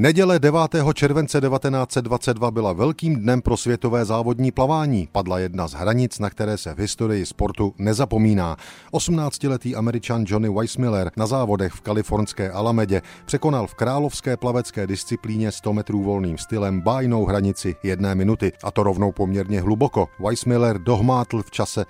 Neděle 9. července 1922 byla velkým dnem pro světové závodní plavání. Padla jedna z hranic, na které se v historii sportu nezapomíná. 18-letý Američan Johnny Weissmuller na závodech v kalifornské Alamedě překonal v královské plavecké disciplíně 100 metrů volným stylem bájnou hranici 1 minuty, a to rovnou poměrně hluboko. Weissmuller dohmátl v čase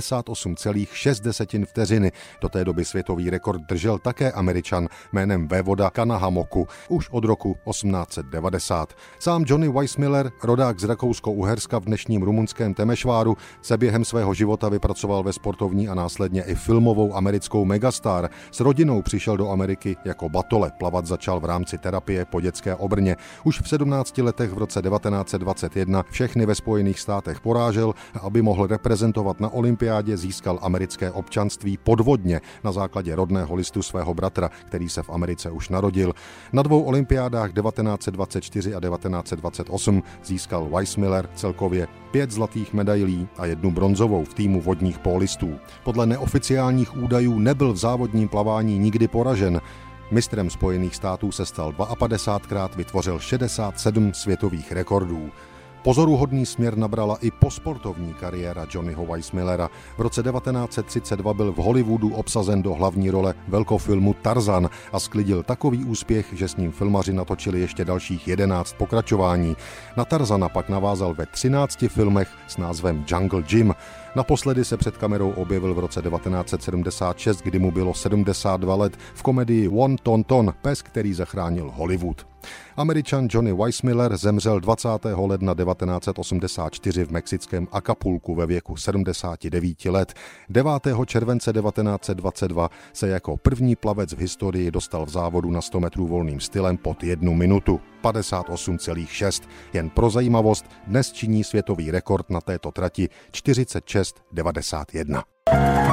58,6 vteřiny. Do té doby světový rekord držel také Američan jménem vévoda Kanahamoku už od roku 1890. Sám Johnny Weissmuller, rodák z Rakousko-Uherska v dnešním rumunském Temešváru, se během svého života vypracoval ve sportovní a následně i filmovou americkou megastar. S rodinou přišel do Ameriky jako batole. Plavat začal v rámci terapie po dětské obrně. Už v 17 letech v roce 1921 všechny ve Spojených státech porážel a aby mohl reprezentovat na olympiádě, získal americké občanství podvodně na základě rodného listu svého bratra, který se v Americe už narodil. Na 2 olympiádách 1924 a 1928 získal Weissmuller celkově 5 zlatých medailí a 1 bronzovou v týmu vodních pólistů. Podle neoficiálních údajů nebyl v závodním plavání nikdy poražen. Mistrem Spojených států se stal 52krát, vytvořil 67 světových rekordů. Pozoruhodný směr nabrala i posportovní kariéra Johnnyho Weissmullera. V roce 1932 byl v Hollywoodu obsazen do hlavní role velkofilmu Tarzan a sklidil takový úspěch, že s ním filmaři natočili ještě dalších 11 pokračování. Na Tarzana pak navázal ve 13 filmech s názvem Jungle Jim. Naposledy se před kamerou objevil v roce 1976, kdy mu bylo 72 let v komedii One Ton Ton, pes, který zachránil Hollywood. Američan Johnny Weissmuller zemřel 20. ledna 1984 v mexickém Acapulku ve věku 79 let. 9. července 1922 se jako první plavec v historii dostal v závodu na 100 metrů volným stylem pod 1 minutu. 58,6. Jen pro zajímavost, dnes činí světový rekord na této trati 46,91.